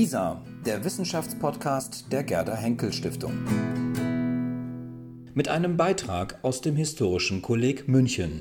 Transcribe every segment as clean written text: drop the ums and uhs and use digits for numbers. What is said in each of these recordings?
WISA, der Wissenschaftspodcast der Gerda Henkel Stiftung. Mit einem Beitrag aus dem Historischen Kolleg München.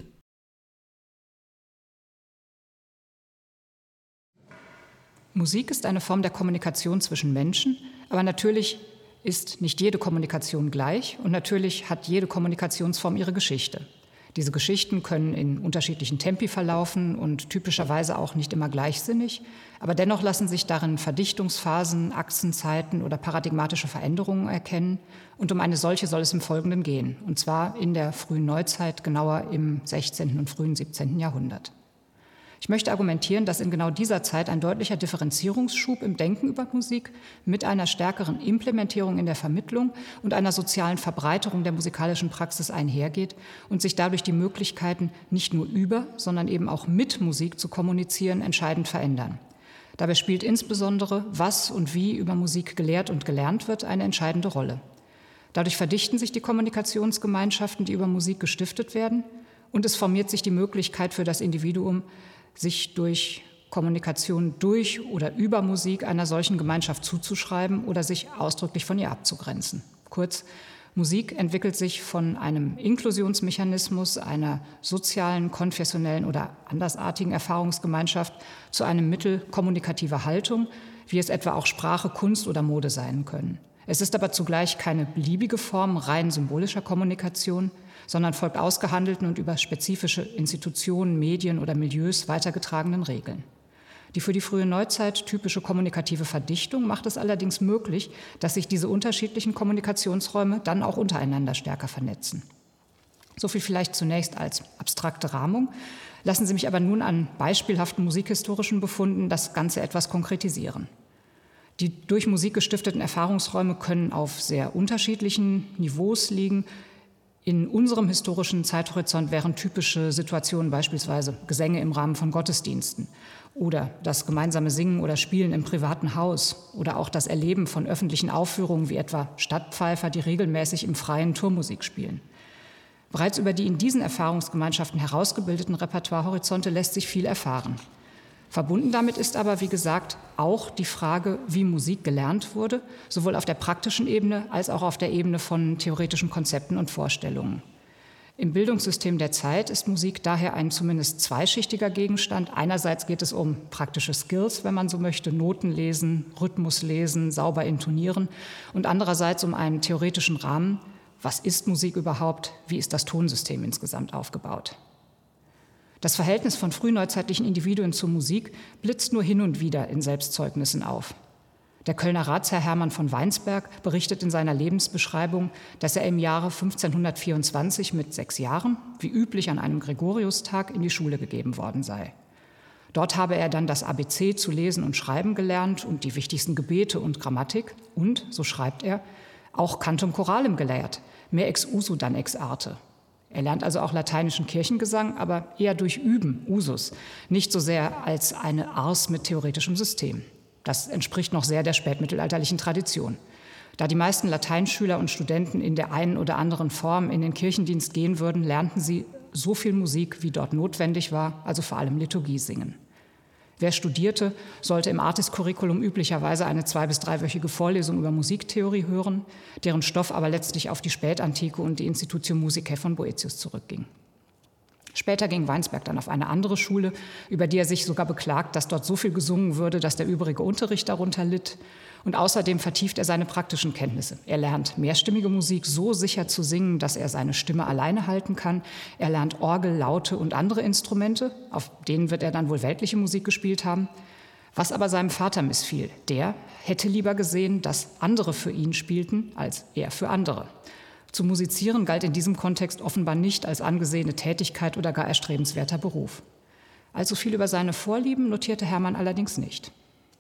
Musik ist eine Form der Kommunikation zwischen Menschen, aber natürlich ist nicht jede Kommunikation gleich und natürlich hat jede Kommunikationsform ihre Geschichte. Diese Geschichten können in unterschiedlichen Tempi verlaufen und typischerweise auch nicht immer gleichsinnig, aber dennoch lassen sich darin Verdichtungsphasen, Achsenzeiten oder paradigmatische Veränderungen erkennen und um eine solche soll es im Folgenden gehen, und zwar in der frühen Neuzeit, genauer im 16. und frühen 17. Jahrhundert. Ich möchte argumentieren, dass in genau dieser Zeit ein deutlicher Differenzierungsschub im Denken über Musik mit einer stärkeren Implementierung in der Vermittlung und einer sozialen Verbreiterung der musikalischen Praxis einhergeht und sich dadurch die Möglichkeiten, nicht nur über, sondern eben auch mit Musik zu kommunizieren, entscheidend verändern. Dabei spielt insbesondere, was und wie über Musik gelehrt und gelernt wird, eine entscheidende Rolle. Dadurch verdichten sich die Kommunikationsgemeinschaften, die über Musik gestiftet werden, und es formiert sich die Möglichkeit für das Individuum, sich durch Kommunikation durch oder über Musik einer solchen Gemeinschaft zuzuschreiben oder sich ausdrücklich von ihr abzugrenzen. Kurz, Musik entwickelt sich von einem Inklusionsmechanismus, einer sozialen, konfessionellen oder andersartigen Erfahrungsgemeinschaft zu einem Mittel kommunikativer Haltung, wie es etwa auch Sprache, Kunst oder Mode sein können. Es ist aber zugleich keine beliebige Form rein symbolischer Kommunikation, sondern folgt ausgehandelten und über spezifische Institutionen, Medien oder Milieus weitergetragenen Regeln. Die für die frühe Neuzeit typische kommunikative Verdichtung macht es allerdings möglich, dass sich diese unterschiedlichen Kommunikationsräume dann auch untereinander stärker vernetzen. So viel vielleicht zunächst als abstrakte Rahmung. Lassen Sie mich aber nun an beispielhaften musikhistorischen Befunden das Ganze etwas konkretisieren. Die durch Musik gestifteten Erfahrungsräume können auf sehr unterschiedlichen Niveaus liegen. In unserem historischen Zeithorizont wären typische Situationen beispielsweise Gesänge im Rahmen von Gottesdiensten oder das gemeinsame Singen oder Spielen im privaten Haus oder auch das Erleben von öffentlichen Aufführungen wie etwa Stadtpfeifer, die regelmäßig im Freien Turmusik spielen. Bereits über die in diesen Erfahrungsgemeinschaften herausgebildeten Repertoirehorizonte lässt sich viel erfahren. Verbunden damit ist aber, wie gesagt, auch die Frage, wie Musik gelernt wurde, sowohl auf der praktischen Ebene als auch auf der Ebene von theoretischen Konzepten und Vorstellungen. Im Bildungssystem der Zeit ist Musik daher ein zumindest zweischichtiger Gegenstand. Einerseits geht es um praktische Skills, wenn man so möchte, Noten lesen, Rhythmus lesen, sauber intonieren, und andererseits um einen theoretischen Rahmen. Was ist Musik überhaupt? Wie ist das Tonsystem insgesamt aufgebaut? Das Verhältnis von frühneuzeitlichen Individuen zur Musik blitzt nur hin und wieder in Selbstzeugnissen auf. Der Kölner Ratsherr Hermann von Weinsberg berichtet in seiner Lebensbeschreibung, dass er im Jahre 1524 mit 6 Jahren, wie üblich an einem Gregoriustag, in die Schule gegeben worden sei. Dort habe er dann das ABC zu lesen und schreiben gelernt und die wichtigsten Gebete und Grammatik und, so schreibt er, auch Cantum Choralem gelehrt, mehr ex usu dann ex arte. Er lernt also auch lateinischen Kirchengesang, aber eher durch Üben, Usus, nicht so sehr als eine Ars mit theoretischem System. Das entspricht noch sehr der spätmittelalterlichen Tradition. Da die meisten Lateinschüler und Studenten in der einen oder anderen Form in den Kirchendienst gehen würden, lernten sie so viel Musik, wie dort notwendig war, also vor allem Liturgie singen. Wer studierte, sollte im Artis-Curriculum üblicherweise eine 2- bis 3-wöchige Vorlesung über Musiktheorie hören, deren Stoff aber letztlich auf die Spätantike und die Institutio Musicae von Boëthius zurückging. Später ging Weinsberg dann auf eine andere Schule, über die er sich sogar beklagt, dass dort so viel gesungen würde, dass der übrige Unterricht darunter litt. Und außerdem vertieft er seine praktischen Kenntnisse. Er lernt mehrstimmige Musik so sicher zu singen, dass er seine Stimme alleine halten kann. Er lernt Orgel, Laute und andere Instrumente, auf denen wird er dann wohl weltliche Musik gespielt haben. Was aber seinem Vater missfiel, der hätte lieber gesehen, dass andere für ihn spielten, als er für andere. Zu musizieren galt in diesem Kontext offenbar nicht als angesehene Tätigkeit oder gar erstrebenswerter Beruf. Allzu viel über seine Vorlieben notierte Hermann allerdings nicht.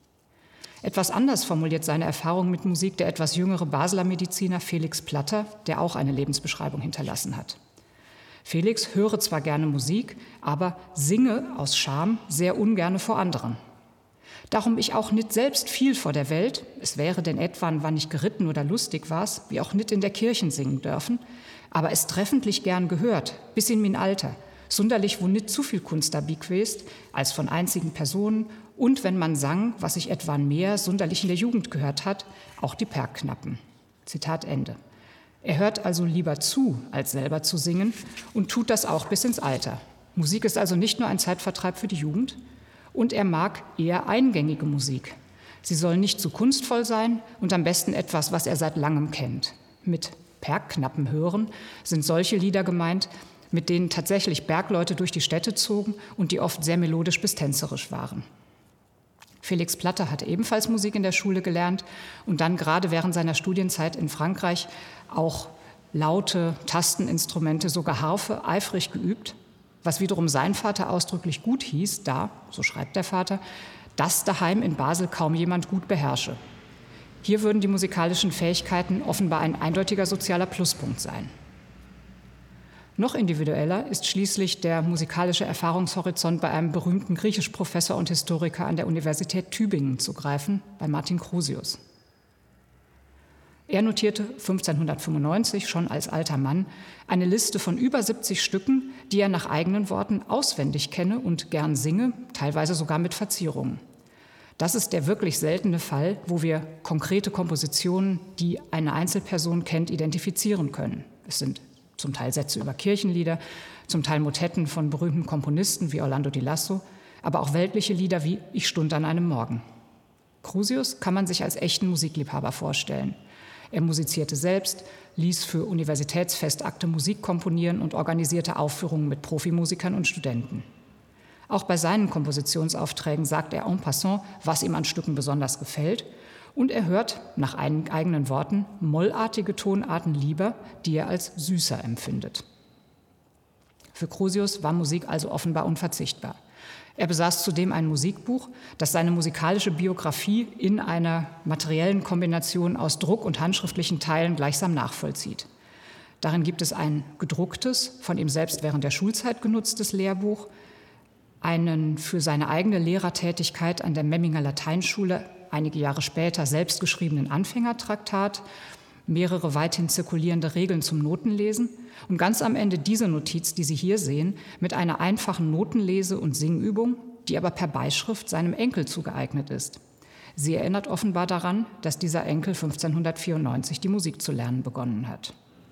Etwas anders formuliert seine Erfahrung mit Musik der etwas jüngere Basler Mediziner Felix Platter, der auch eine Lebensbeschreibung hinterlassen hat. Felix höre zwar gerne Musik, aber singe aus Scham sehr ungerne vor anderen. Darum ich auch nicht selbst viel vor der Welt, es wäre denn etwan, wann ich geritten oder lustig war's, wie auch nicht in der Kirchen singen dürfen, aber es treffentlich gern gehört, bis in mein Alter, sunderlich wo nicht zu viel Kunst dabei gewesen, als von einzigen Personen und wenn man sang, was sich etwa an mehr sonderlich in der Jugend gehört hat, auch die Pergknappen. Zitat Ende. Er hört also lieber zu, als selber zu singen und tut das auch bis ins Alter. Musik ist also nicht nur ein Zeitvertreib für die Jugend und er mag eher eingängige Musik. Sie soll nicht zu kunstvoll sein und am besten etwas, was er seit langem kennt. Mit Pergknappen hören sind solche Lieder gemeint, mit denen tatsächlich Bergleute durch die Städte zogen und die oft sehr melodisch bis tänzerisch waren. Felix Platter hat ebenfalls Musik in der Schule gelernt und dann gerade während seiner Studienzeit in Frankreich auch Laute, Tasteninstrumente, sogar Harfe eifrig geübt, was wiederum sein Vater ausdrücklich gut hieß, da, so schreibt der Vater, das daheim in Basel kaum jemand gut beherrsche. Hier würden die musikalischen Fähigkeiten offenbar ein eindeutiger sozialer Pluspunkt sein. Noch individueller ist schließlich der musikalische Erfahrungshorizont bei einem berühmten Griechischprofessor und Historiker an der Universität Tübingen zu greifen, bei Martin Crusius. Er notierte 1595 schon als alter Mann eine Liste von über 70 Stücken, die er nach eigenen Worten auswendig kenne und gern singe, teilweise sogar mit Verzierungen. Das ist der wirklich seltene Fall, wo wir konkrete Kompositionen, die eine Einzelperson kennt, identifizieren können. Es sind zum Teil Sätze über Kirchenlieder, zum Teil Motetten von berühmten Komponisten wie Orlando di Lasso, aber auch weltliche Lieder wie Ich stund an einem Morgen. Crusius kann man sich als echten Musikliebhaber vorstellen. Er musizierte selbst, ließ für Universitätsfestakte Musik komponieren und organisierte Aufführungen mit Profimusikern und Studenten. Auch bei seinen Kompositionsaufträgen sagt er en passant, was ihm an Stücken besonders gefällt. Und er hört, nach eigenen Worten, mollartige Tonarten lieber, die er als süßer empfindet. Für Crusius war Musik also offenbar unverzichtbar. Er besaß zudem ein Musikbuch, das seine musikalische Biografie in einer materiellen Kombination aus Druck- und handschriftlichen Teilen gleichsam nachvollzieht. Darin gibt es ein gedrucktes, von ihm selbst während der Schulzeit genutztes Lehrbuch, einen für seine eigene Lehrertätigkeit an der Memminger Lateinschule einige Jahre später selbst geschriebenen Anfängertraktat, mehrere weithin zirkulierende Regeln zum Notenlesen und ganz am Ende diese Notiz, die Sie hier sehen, mit einer einfachen Notenlese- und Singübung, die aber per Beischrift seinem Enkel zugeeignet ist. Sie erinnert offenbar daran, dass dieser Enkel 1594 die Musik zu lernen begonnen hat.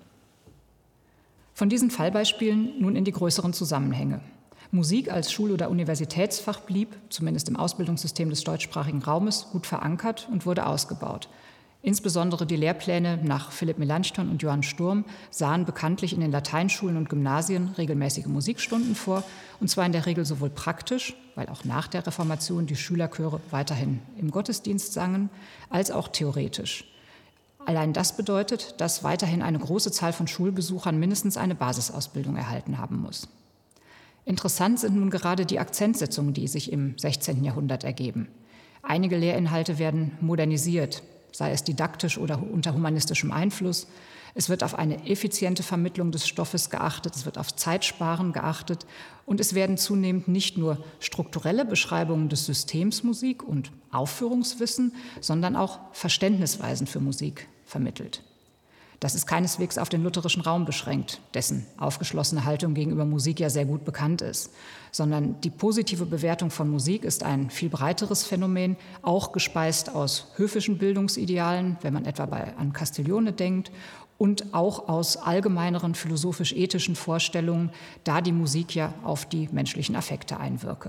Von diesen Fallbeispielen nun in die größeren Zusammenhänge. Musik als Schul- oder Universitätsfach blieb, zumindest im Ausbildungssystem des deutschsprachigen Raumes, gut verankert und wurde ausgebaut. Insbesondere die Lehrpläne nach Philipp Melanchthon und Johann Sturm sahen bekanntlich in den Lateinschulen und Gymnasien regelmäßige Musikstunden vor, und zwar in der Regel sowohl praktisch, weil auch nach der Reformation die Schülerchöre weiterhin im Gottesdienst sangen, als auch theoretisch. Allein das bedeutet, dass weiterhin eine große Zahl von Schulbesuchern mindestens eine Basisausbildung erhalten haben muss. Interessant sind nun gerade die Akzentsetzungen, die sich im 16. Jahrhundert ergeben. Einige Lehrinhalte werden modernisiert, sei es didaktisch oder unter humanistischem Einfluss. Es wird auf eine effiziente Vermittlung des Stoffes geachtet, es wird auf Zeitsparen geachtet und es werden zunehmend nicht nur strukturelle Beschreibungen des Systems Musik und Aufführungswissen, sondern auch Verständnisweisen für Musik vermittelt. Das ist keineswegs auf den lutherischen Raum beschränkt, dessen aufgeschlossene Haltung gegenüber Musik ja sehr gut bekannt ist, sondern die positive Bewertung von Musik ist ein viel breiteres Phänomen, auch gespeist aus höfischen Bildungsidealen, wenn man etwa an Castiglione denkt, und auch aus allgemeineren philosophisch-ethischen Vorstellungen, da die Musik ja auf die menschlichen Affekte einwirke.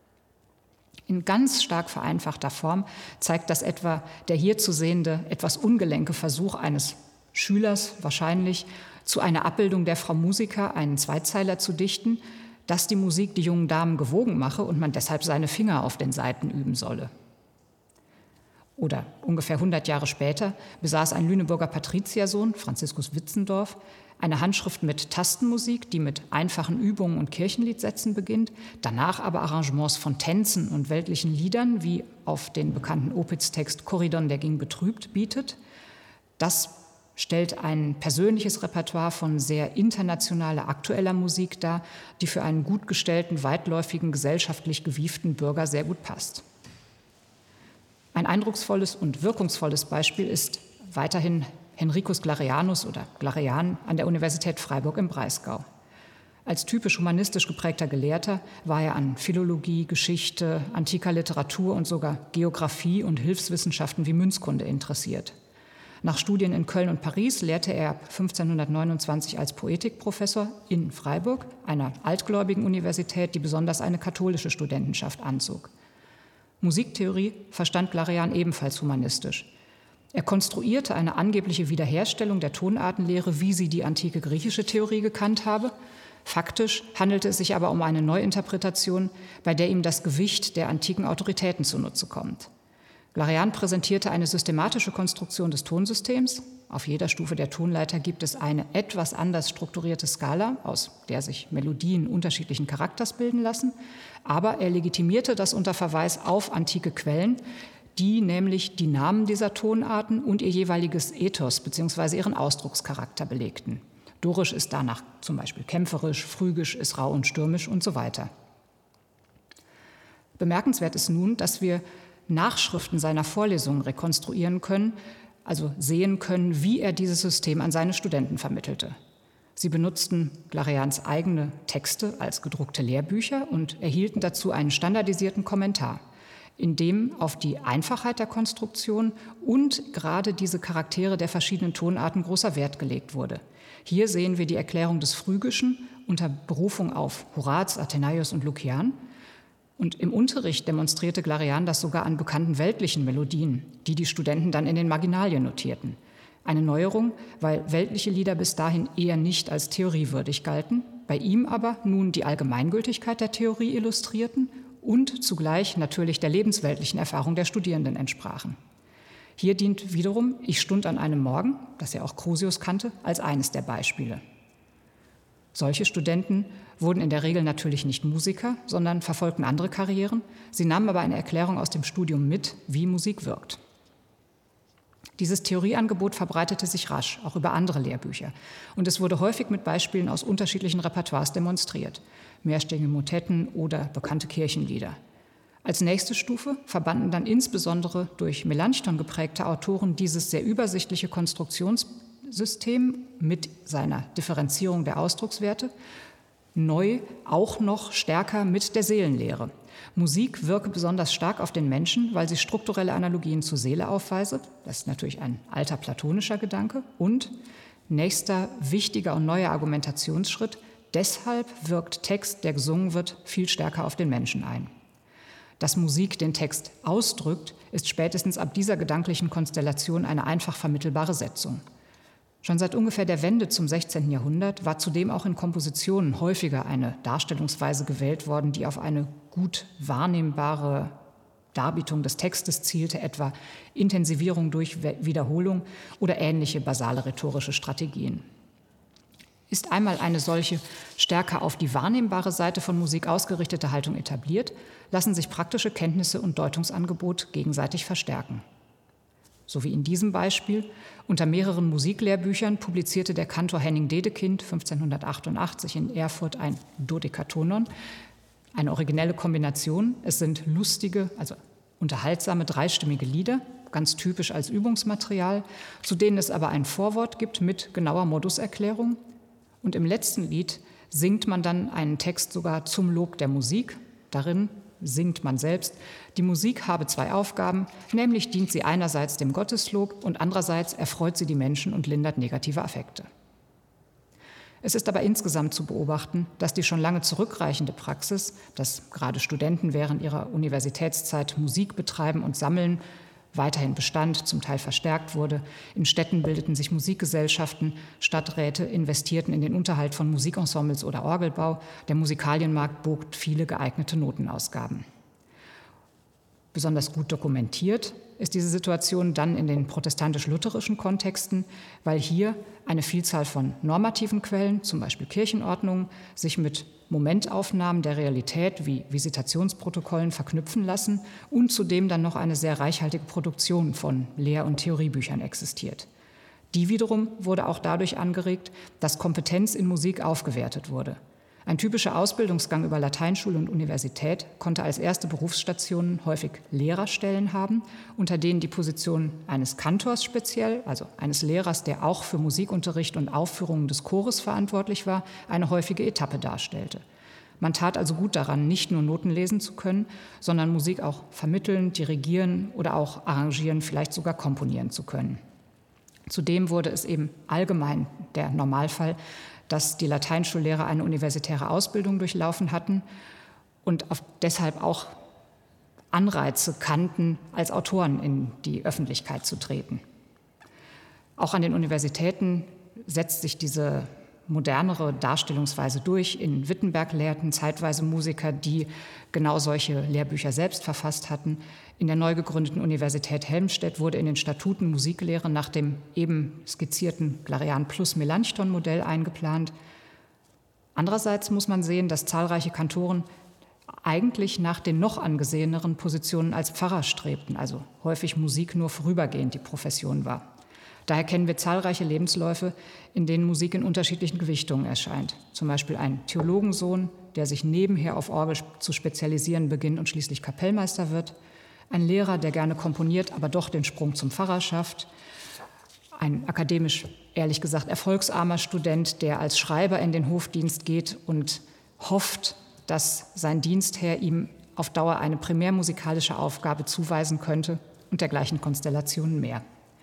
In ganz stark vereinfachter Form zeigt das etwa der hier zu sehende, etwas ungelenke Versuch eines Schülers wahrscheinlich, zu einer Abbildung der Frau Musiker einen Zweizeiler zu dichten, dass die Musik die jungen Damen gewogen mache und man deshalb seine Finger auf den Saiten üben solle. Oder ungefähr 100 Jahre später besaß ein Lüneburger Patriziersohn, Franziskus Witzendorf, eine Handschrift mit Tastenmusik, die mit einfachen Übungen und Kirchenliedsätzen beginnt, danach aber Arrangements von Tänzen und weltlichen Liedern, wie auf den bekannten Opitz-Text Corydon, der ging betrübt, bietet. Das stellt ein persönliches Repertoire von sehr internationaler, aktueller Musik dar, die für einen gut gestellten, weitläufigen, gesellschaftlich gewieften Bürger sehr gut passt. Ein eindrucksvolles und wirkungsvolles Beispiel ist weiterhin Henricus Glarianus oder Glarian an der Universität Freiburg im Breisgau. Als typisch humanistisch geprägter Gelehrter war er an Philologie, Geschichte, antiker Literatur und sogar Geographie und Hilfswissenschaften wie Münzkunde interessiert. Nach Studien in Köln und Paris lehrte er ab 1529 als Poetikprofessor in Freiburg, einer altgläubigen Universität, die besonders eine katholische Studentenschaft anzog. Musiktheorie verstand Glarean ebenfalls humanistisch. Er konstruierte eine angebliche Wiederherstellung der Tonartenlehre, wie sie die antike griechische Theorie gekannt habe. Faktisch handelte es sich aber um eine Neuinterpretation, bei der ihm das Gewicht der antiken Autoritäten zunutze kommt. Glarean präsentierte eine systematische Konstruktion des Tonsystems. Auf jeder Stufe der Tonleiter gibt es eine etwas anders strukturierte Skala, aus der sich Melodien unterschiedlichen Charakters bilden lassen. Aber er legitimierte das unter Verweis auf antike Quellen, die nämlich die Namen dieser Tonarten und ihr jeweiliges Ethos bzw. ihren Ausdruckscharakter belegten. Dorisch ist danach zum Beispiel kämpferisch, phrygisch ist rau und stürmisch und so weiter. Bemerkenswert ist nun, dass wir Nachschriften seiner Vorlesungen rekonstruieren können, also sehen können, wie er dieses System an seine Studenten vermittelte. Sie benutzten Glareans eigene Texte als gedruckte Lehrbücher und erhielten dazu einen standardisierten Kommentar, in dem auf die Einfachheit der Konstruktion und gerade diese Charaktere der verschiedenen Tonarten großer Wert gelegt wurde. Hier sehen wir die Erklärung des Phrygischen unter Berufung auf Horaz, Athenaios und Lukian. Und im Unterricht demonstrierte Glarean das sogar an bekannten weltlichen Melodien, die die Studenten dann in den Marginalien notierten. Eine Neuerung, weil weltliche Lieder bis dahin eher nicht als theoriewürdig galten, bei ihm aber nun die Allgemeingültigkeit der Theorie illustrierten und zugleich natürlich der lebensweltlichen Erfahrung der Studierenden entsprachen. Hier dient wiederum Ich stund an einem Morgen, das ja auch Crusius kannte, als eines der Beispiele. Solche Studenten wurden in der Regel natürlich nicht Musiker, sondern verfolgten andere Karrieren. Sie nahmen aber eine Erklärung aus dem Studium mit, wie Musik wirkt. Dieses Theorieangebot verbreitete sich rasch, auch über andere Lehrbücher. Und es wurde häufig mit Beispielen aus unterschiedlichen Repertoires demonstriert. Mehrstimmige Motetten oder bekannte Kirchenlieder. Als nächste Stufe verbanden dann insbesondere durch Melanchthon geprägte Autoren dieses sehr übersichtliche Konstruktionssystem mit seiner Differenzierung der Ausdruckswerte neu auch noch stärker mit der Seelenlehre. Musik wirke besonders stark auf den Menschen, weil sie strukturelle Analogien zur Seele aufweise. Das ist natürlich ein alter platonischer Gedanke. Und nächster wichtiger und neuer Argumentationsschritt, deshalb wirkt Text, der gesungen wird, viel stärker auf den Menschen ein. Dass Musik den Text ausdrückt, ist spätestens ab dieser gedanklichen Konstellation eine einfach vermittelbare Setzung. Schon seit ungefähr der Wende zum 16. Jahrhundert war zudem auch in Kompositionen häufiger eine Darstellungsweise gewählt worden, die auf eine gut wahrnehmbare Darbietung des Textes zielte, etwa Intensivierung durch Wiederholung oder ähnliche basale rhetorische Strategien. Ist einmal eine solche stärker auf die wahrnehmbare Seite von Musik ausgerichtete Haltung etabliert, lassen sich praktische Kenntnisse und Deutungsangebot gegenseitig verstärken. So wie in diesem Beispiel. Unter mehreren Musiklehrbüchern publizierte der Kantor Henning Dedekind 1588 in Erfurt ein Dodekatonon, eine originelle Kombination. Es sind lustige, also unterhaltsame, dreistimmige Lieder, ganz typisch als Übungsmaterial, zu denen es aber ein Vorwort gibt mit genauer Moduserklärung. Und im letzten Lied singt man dann einen Text sogar zum Lob der Musik. Darin singt man selbst, die Musik habe zwei Aufgaben, nämlich dient sie einerseits dem Gotteslob und andererseits erfreut sie die Menschen und lindert negative Affekte. Es ist aber insgesamt zu beobachten, dass die schon lange zurückreichende Praxis, dass gerade Studenten während ihrer Universitätszeit Musik betreiben und sammeln, weiterhin bestand, zum Teil verstärkt wurde. In Städten bildeten sich Musikgesellschaften, Stadträte investierten in den Unterhalt von Musikensembles oder Orgelbau. Der Musikalienmarkt bot viele geeignete Notenausgaben. Besonders gut dokumentiert ist diese Situation dann in den protestantisch-lutherischen Kontexten, weil hier eine Vielzahl von normativen Quellen, zum Beispiel Kirchenordnungen, sich mit Momentaufnahmen der Realität wie Visitationsprotokollen verknüpfen lassen und zudem dann noch eine sehr reichhaltige Produktion von Lehr- und Theoriebüchern existiert. Die wiederum wurde auch dadurch angeregt, dass Kompetenz in Musik aufgewertet wurde. Ein typischer Ausbildungsgang über Lateinschule und Universität konnte als erste Berufsstationen häufig Lehrerstellen haben, unter denen die Position eines Kantors speziell, also eines Lehrers, der auch für Musikunterricht und Aufführungen des Chores verantwortlich war, eine häufige Etappe darstellte. Man tat also gut daran, nicht nur Noten lesen zu können, sondern Musik auch vermitteln, dirigieren oder auch arrangieren, vielleicht sogar komponieren zu können. Zudem wurde es eben allgemein der Normalfall, dass die Lateinschullehrer eine universitäre Ausbildung durchlaufen hatten und deshalb auch Anreize kannten, als Autoren in die Öffentlichkeit zu treten. Auch an den Universitäten setzt sich diese modernere Darstellungsweise durch. In Wittenberg lehrten zeitweise Musiker, die genau solche Lehrbücher selbst verfasst hatten. In der neu gegründeten Universität Helmstedt wurde in den Statuten Musiklehre nach dem eben skizzierten Clarian-plus-Melanchthon-Modell eingeplant. Andererseits muss man sehen, dass zahlreiche Kantoren eigentlich nach den noch angeseheneren Positionen als Pfarrer strebten, also häufig Musik nur vorübergehend die Profession war. Daher kennen wir zahlreiche Lebensläufe, in denen Musik in unterschiedlichen Gewichtungen erscheint. Zum Beispiel ein Theologensohn, der sich nebenher auf Orgel zu spezialisieren beginnt und schließlich Kapellmeister wird. Ein Lehrer, der gerne komponiert, aber doch den Sprung zum Pfarrer schafft. Ein akademisch, ehrlich gesagt, erfolgsarmer Student, der als Schreiber in den Hofdienst geht und hofft, dass sein Dienstherr ihm auf Dauer eine primärmusikalische Aufgabe zuweisen könnte und dergleichen Konstellationen mehr.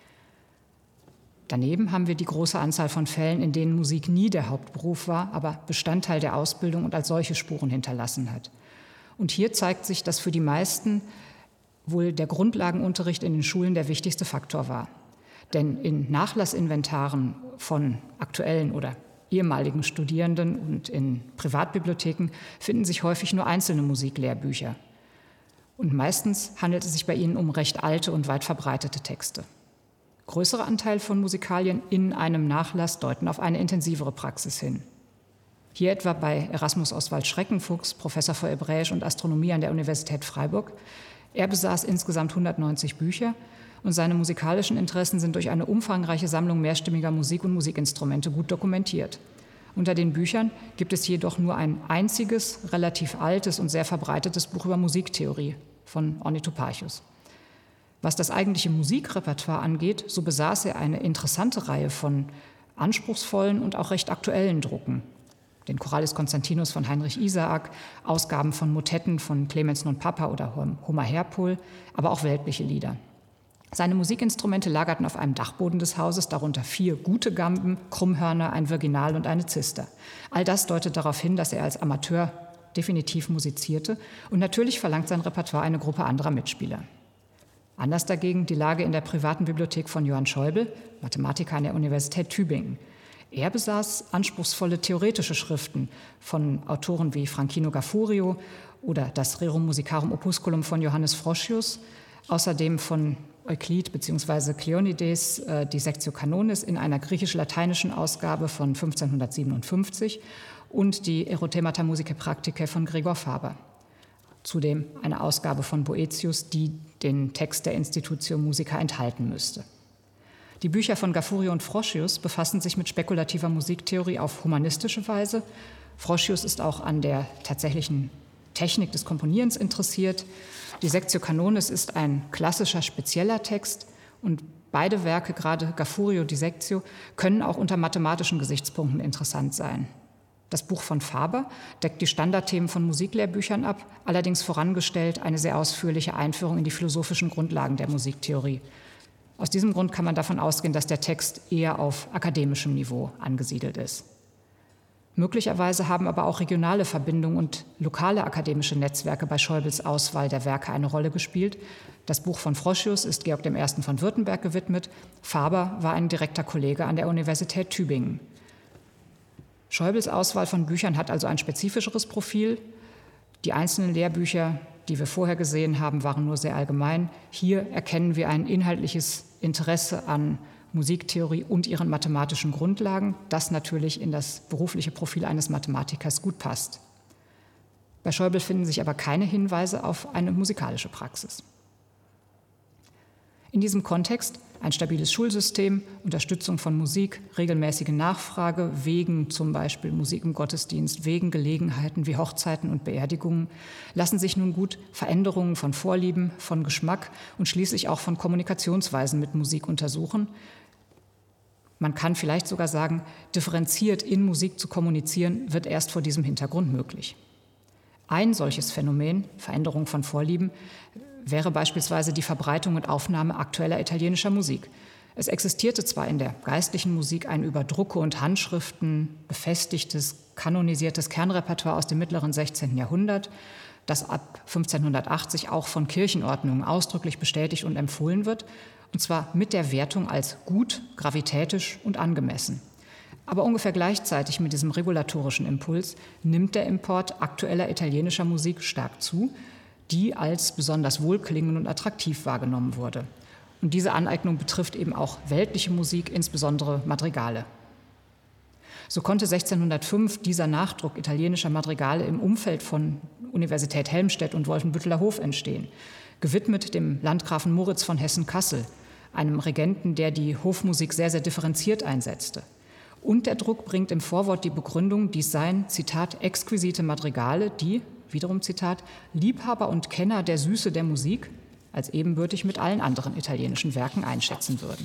Daneben haben wir die große Anzahl von Fällen, in denen Musik nie der Hauptberuf war, aber Bestandteil der Ausbildung und als solche Spuren hinterlassen hat. Und hier zeigt sich, dass für die meisten wohl der Grundlagenunterricht in den Schulen der wichtigste Faktor war. Denn in Nachlassinventaren von aktuellen oder ehemaligen Studierenden und in Privatbibliotheken finden sich häufig nur einzelne Musiklehrbücher. Und meistens handelt es sich bei ihnen um recht alte und weit verbreitete Texte. Größere Anteil von Musikalien in einem Nachlass deuten auf eine intensivere Praxis hin. Hier etwa bei Erasmus Oswald Schreckenfuchs, Professor für Hebräisch und Astronomie an der Universität Freiburg. Er besaß insgesamt 190 Bücher und seine musikalischen Interessen sind durch eine umfangreiche Sammlung mehrstimmiger Musik und Musikinstrumente gut dokumentiert. Unter den Büchern gibt es jedoch nur ein einziges, relativ altes und sehr verbreitetes Buch über Musiktheorie von Ornithoparchus. Was das eigentliche Musikrepertoire angeht, so besaß er eine interessante Reihe von anspruchsvollen und auch recht aktuellen Drucken. Den Choralis Constantinus von Heinrich Isaak, Ausgaben von Motetten von Clemens non Papa oder Homer Herpol, aber auch weltliche Lieder. Seine Musikinstrumente lagerten auf einem Dachboden des Hauses, darunter 4 gute Gamben, Krummhörner, ein Virginal und eine Zister. All das deutet darauf hin, dass er als Amateur definitiv musizierte und natürlich verlangt sein Repertoire eine Gruppe anderer Mitspieler. Anders dagegen die Lage in der privaten Bibliothek von Johann Schäuble, Mathematiker an der Universität Tübingen. Er besaß anspruchsvolle theoretische Schriften von Autoren wie Franchino Gaffurio oder das Rerum Musicarum Opusculum von Johannes Froschius, außerdem von Euklid bzw. Kleonides die Sectio Canonis in einer griechisch-lateinischen Ausgabe von 1557 und die Erothemata Musicae Practicae von Gregor Faber. Zudem eine Ausgabe von Boëthius, die den Text der Institutio Musica enthalten müsste. Die Bücher von Gaffurio und Froschius befassen sich mit spekulativer Musiktheorie auf humanistische Weise. Froschius ist auch an der tatsächlichen Technik des Komponierens interessiert. Die Sectio Canonis ist ein klassischer, spezieller Text und beide Werke, gerade Gaffurio, die Sectio, können auch unter mathematischen Gesichtspunkten interessant sein. Das Buch von Faber deckt die Standardthemen von Musiklehrbüchern ab, allerdings vorangestellt eine sehr ausführliche Einführung in die philosophischen Grundlagen der Musiktheorie. Aus diesem Grund kann man davon ausgehen, dass der Text eher auf akademischem Niveau angesiedelt ist. Möglicherweise haben aber auch regionale Verbindungen und lokale akademische Netzwerke bei Schäubles Auswahl der Werke eine Rolle gespielt. Das Buch von Froschius ist Georg I. von Württemberg gewidmet. Faber war ein direkter Kollege an der Universität Tübingen. Schäubles Auswahl von Büchern hat also ein spezifischeres Profil. Die einzelnen Lehrbücher, die wir vorher gesehen haben, waren nur sehr allgemein. Hier erkennen wir ein inhaltliches Interesse an Musiktheorie und ihren mathematischen Grundlagen, das natürlich in das berufliche Profil eines Mathematikers gut passt. Bei Schäuble finden sich aber keine Hinweise auf eine musikalische Praxis. In diesem Kontext ein stabiles Schulsystem, Unterstützung von Musik, regelmäßige Nachfrage wegen zum Beispiel Musik im Gottesdienst, wegen Gelegenheiten wie Hochzeiten und Beerdigungen, lassen sich nun gut Veränderungen von Vorlieben, von Geschmack und schließlich auch von Kommunikationsweisen mit Musik untersuchen. Man kann vielleicht sogar sagen, differenziert in Musik zu kommunizieren, wird erst vor diesem Hintergrund möglich. Ein solches Phänomen, Veränderung von Vorlieben, wäre beispielsweise die Verbreitung und Aufnahme aktueller italienischer Musik. Es existierte zwar in der geistlichen Musik ein über Drucke und Handschriften befestigtes, kanonisiertes Kernrepertoire aus dem mittleren 16. Jahrhundert, das ab 1580 auch von Kirchenordnungen ausdrücklich bestätigt und empfohlen wird, und zwar mit der Wertung als gut, gravitätisch und angemessen. Aber ungefähr gleichzeitig mit diesem regulatorischen Impuls nimmt der Import aktueller italienischer Musik stark zu, die als besonders wohlklingend und attraktiv wahrgenommen wurde. Und diese Aneignung betrifft eben auch weltliche Musik, insbesondere Madrigale. So konnte 1605 dieser Nachdruck italienischer Madrigale im Umfeld von Universität Helmstedt und Wolfenbütteler Hof entstehen, gewidmet dem Landgrafen Moritz von Hessen-Kassel, einem Regenten, der die Hofmusik sehr, sehr differenziert einsetzte. Und der Druck bringt im Vorwort die Begründung, dies seien, Zitat, exquisite Madrigale, die, wiederum Zitat, Liebhaber und Kenner der Süße der Musik als ebenbürtig mit allen anderen italienischen Werken einschätzen würden.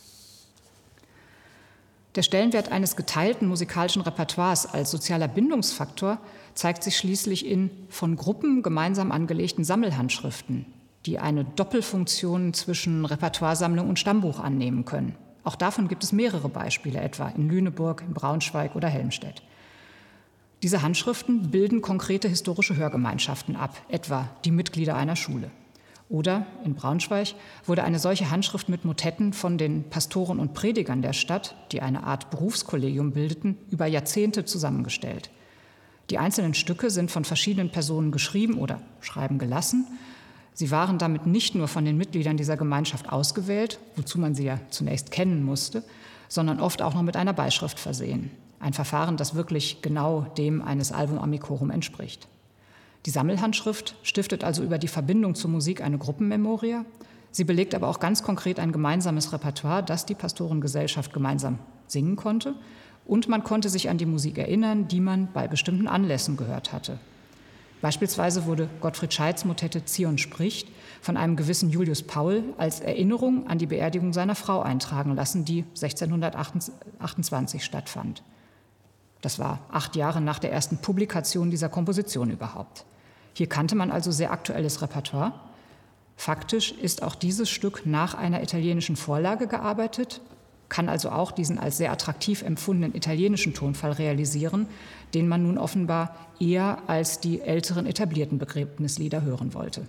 Der Stellenwert eines geteilten musikalischen Repertoires als sozialer Bindungsfaktor zeigt sich schließlich in von Gruppen gemeinsam angelegten Sammelhandschriften, die eine Doppelfunktion zwischen Repertoiresammlung und Stammbuch annehmen können. Auch davon gibt es mehrere Beispiele, etwa in Lüneburg, in Braunschweig oder Helmstedt. Diese Handschriften bilden konkrete historische Hörgemeinschaften ab, etwa die Mitglieder einer Schule. Oder in Braunschweig wurde eine solche Handschrift mit Motetten von den Pastoren und Predigern der Stadt, die eine Art Berufskollegium bildeten, über Jahrzehnte zusammengestellt. Die einzelnen Stücke sind von verschiedenen Personen geschrieben oder schreiben gelassen. Sie waren damit nicht nur von den Mitgliedern dieser Gemeinschaft ausgewählt, wozu man sie ja zunächst kennen musste, sondern oft auch noch mit einer Beischrift versehen. Ein Verfahren, das wirklich genau dem eines Album amicorum entspricht. Die Sammelhandschrift stiftet also über die Verbindung zur Musik eine Gruppenmemoria. Sie belegt aber auch ganz konkret ein gemeinsames Repertoire, das die Pastorengesellschaft gemeinsam singen konnte. Und man konnte sich an die Musik erinnern, die man bei bestimmten Anlässen gehört hatte. Beispielsweise wurde Gottfried Scheids Motette Zion spricht von einem gewissen Julius Paul als Erinnerung an die Beerdigung seiner Frau eintragen lassen, die 1628 stattfand. Das war 8 Jahre nach der ersten Publikation dieser Komposition überhaupt. Hier kannte man also sehr aktuelles Repertoire. Faktisch ist auch dieses Stück nach einer italienischen Vorlage gearbeitet, kann also auch diesen als sehr attraktiv empfundenen italienischen Tonfall realisieren, den man nun offenbar eher als die älteren etablierten Begräbnislieder hören wollte.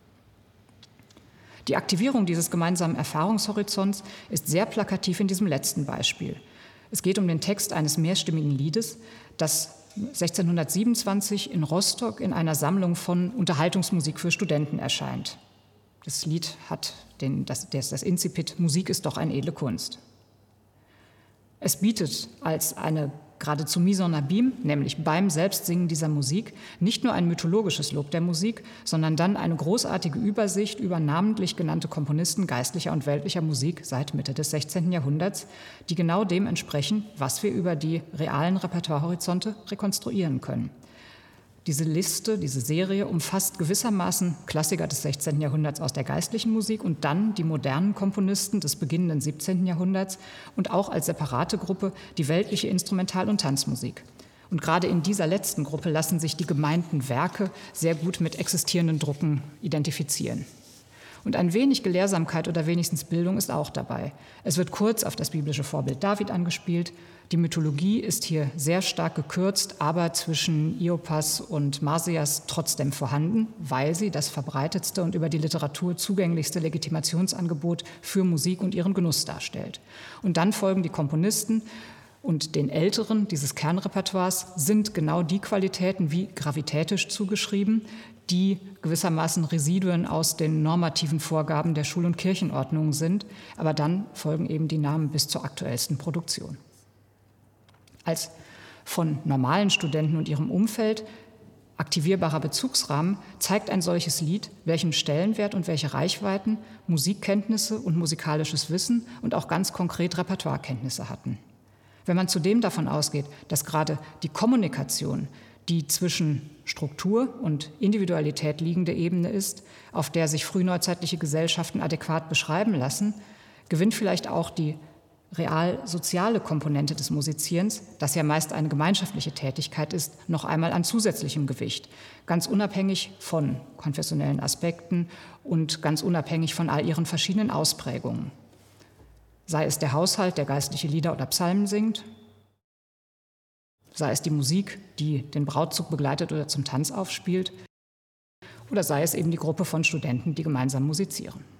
Die Aktivierung dieses gemeinsamen Erfahrungshorizonts ist sehr plakativ in diesem letzten Beispiel. Es geht um den Text eines mehrstimmigen Liedes, das 1627 in Rostock in einer Sammlung von Unterhaltungsmusik für Studenten erscheint. Das Lied hat das Incipit „Musik ist doch eine edle Kunst". Es bietet als eine geradezu mise en abîme, nämlich beim Selbstsingen dieser Musik, nicht nur ein mythologisches Lob der Musik, sondern dann eine großartige Übersicht über namentlich genannte Komponisten geistlicher und weltlicher Musik seit Mitte des 16. Jahrhunderts, die genau dem entsprechen, was wir über die realen Repertoirehorizonte rekonstruieren können. Diese Liste, diese Serie umfasst gewissermaßen Klassiker des 16. Jahrhunderts aus der geistlichen Musik und dann die modernen Komponisten des beginnenden 17. Jahrhunderts und auch als separate Gruppe die weltliche Instrumental- und Tanzmusik. Und gerade in dieser letzten Gruppe lassen sich die gemeinten Werke sehr gut mit existierenden Drucken identifizieren. Und ein wenig Gelehrsamkeit oder wenigstens Bildung ist auch dabei. Es wird kurz auf das biblische Vorbild David angespielt. Die Mythologie ist hier sehr stark gekürzt, aber zwischen Iopas und Marsyas trotzdem vorhanden, weil sie das verbreitetste und über die Literatur zugänglichste Legitimationsangebot für Musik und ihren Genuss darstellt. Und dann folgen die Komponisten. Und den Älteren dieses Kernrepertoires sind genau die Qualitäten wie gravitätisch zugeschrieben, die gewissermaßen Residuen aus den normativen Vorgaben der Schul- und Kirchenordnung sind. Aber dann folgen eben die Namen bis zur aktuellsten Produktion. Als von normalen Studenten und ihrem Umfeld aktivierbarer Bezugsrahmen zeigt ein solches Lied, welchen Stellenwert und welche Reichweiten Musikkenntnisse und musikalisches Wissen und auch ganz konkret Repertoirekenntnisse hatten. Wenn man zudem davon ausgeht, dass gerade die Kommunikation die zwischen Struktur und Individualität liegende Ebene ist, auf der sich frühneuzeitliche Gesellschaften adäquat beschreiben lassen, gewinnt vielleicht auch die real-soziale Komponente des Musizierens, das ja meist eine gemeinschaftliche Tätigkeit ist, noch einmal an zusätzlichem Gewicht, ganz unabhängig von konfessionellen Aspekten und ganz unabhängig von all ihren verschiedenen Ausprägungen. Sei es der Haushalt, der geistliche Lieder oder Psalmen singt, sei es die Musik, die den Brautzug begleitet oder zum Tanz aufspielt, oder sei es eben die Gruppe von Studenten, die gemeinsam musizieren.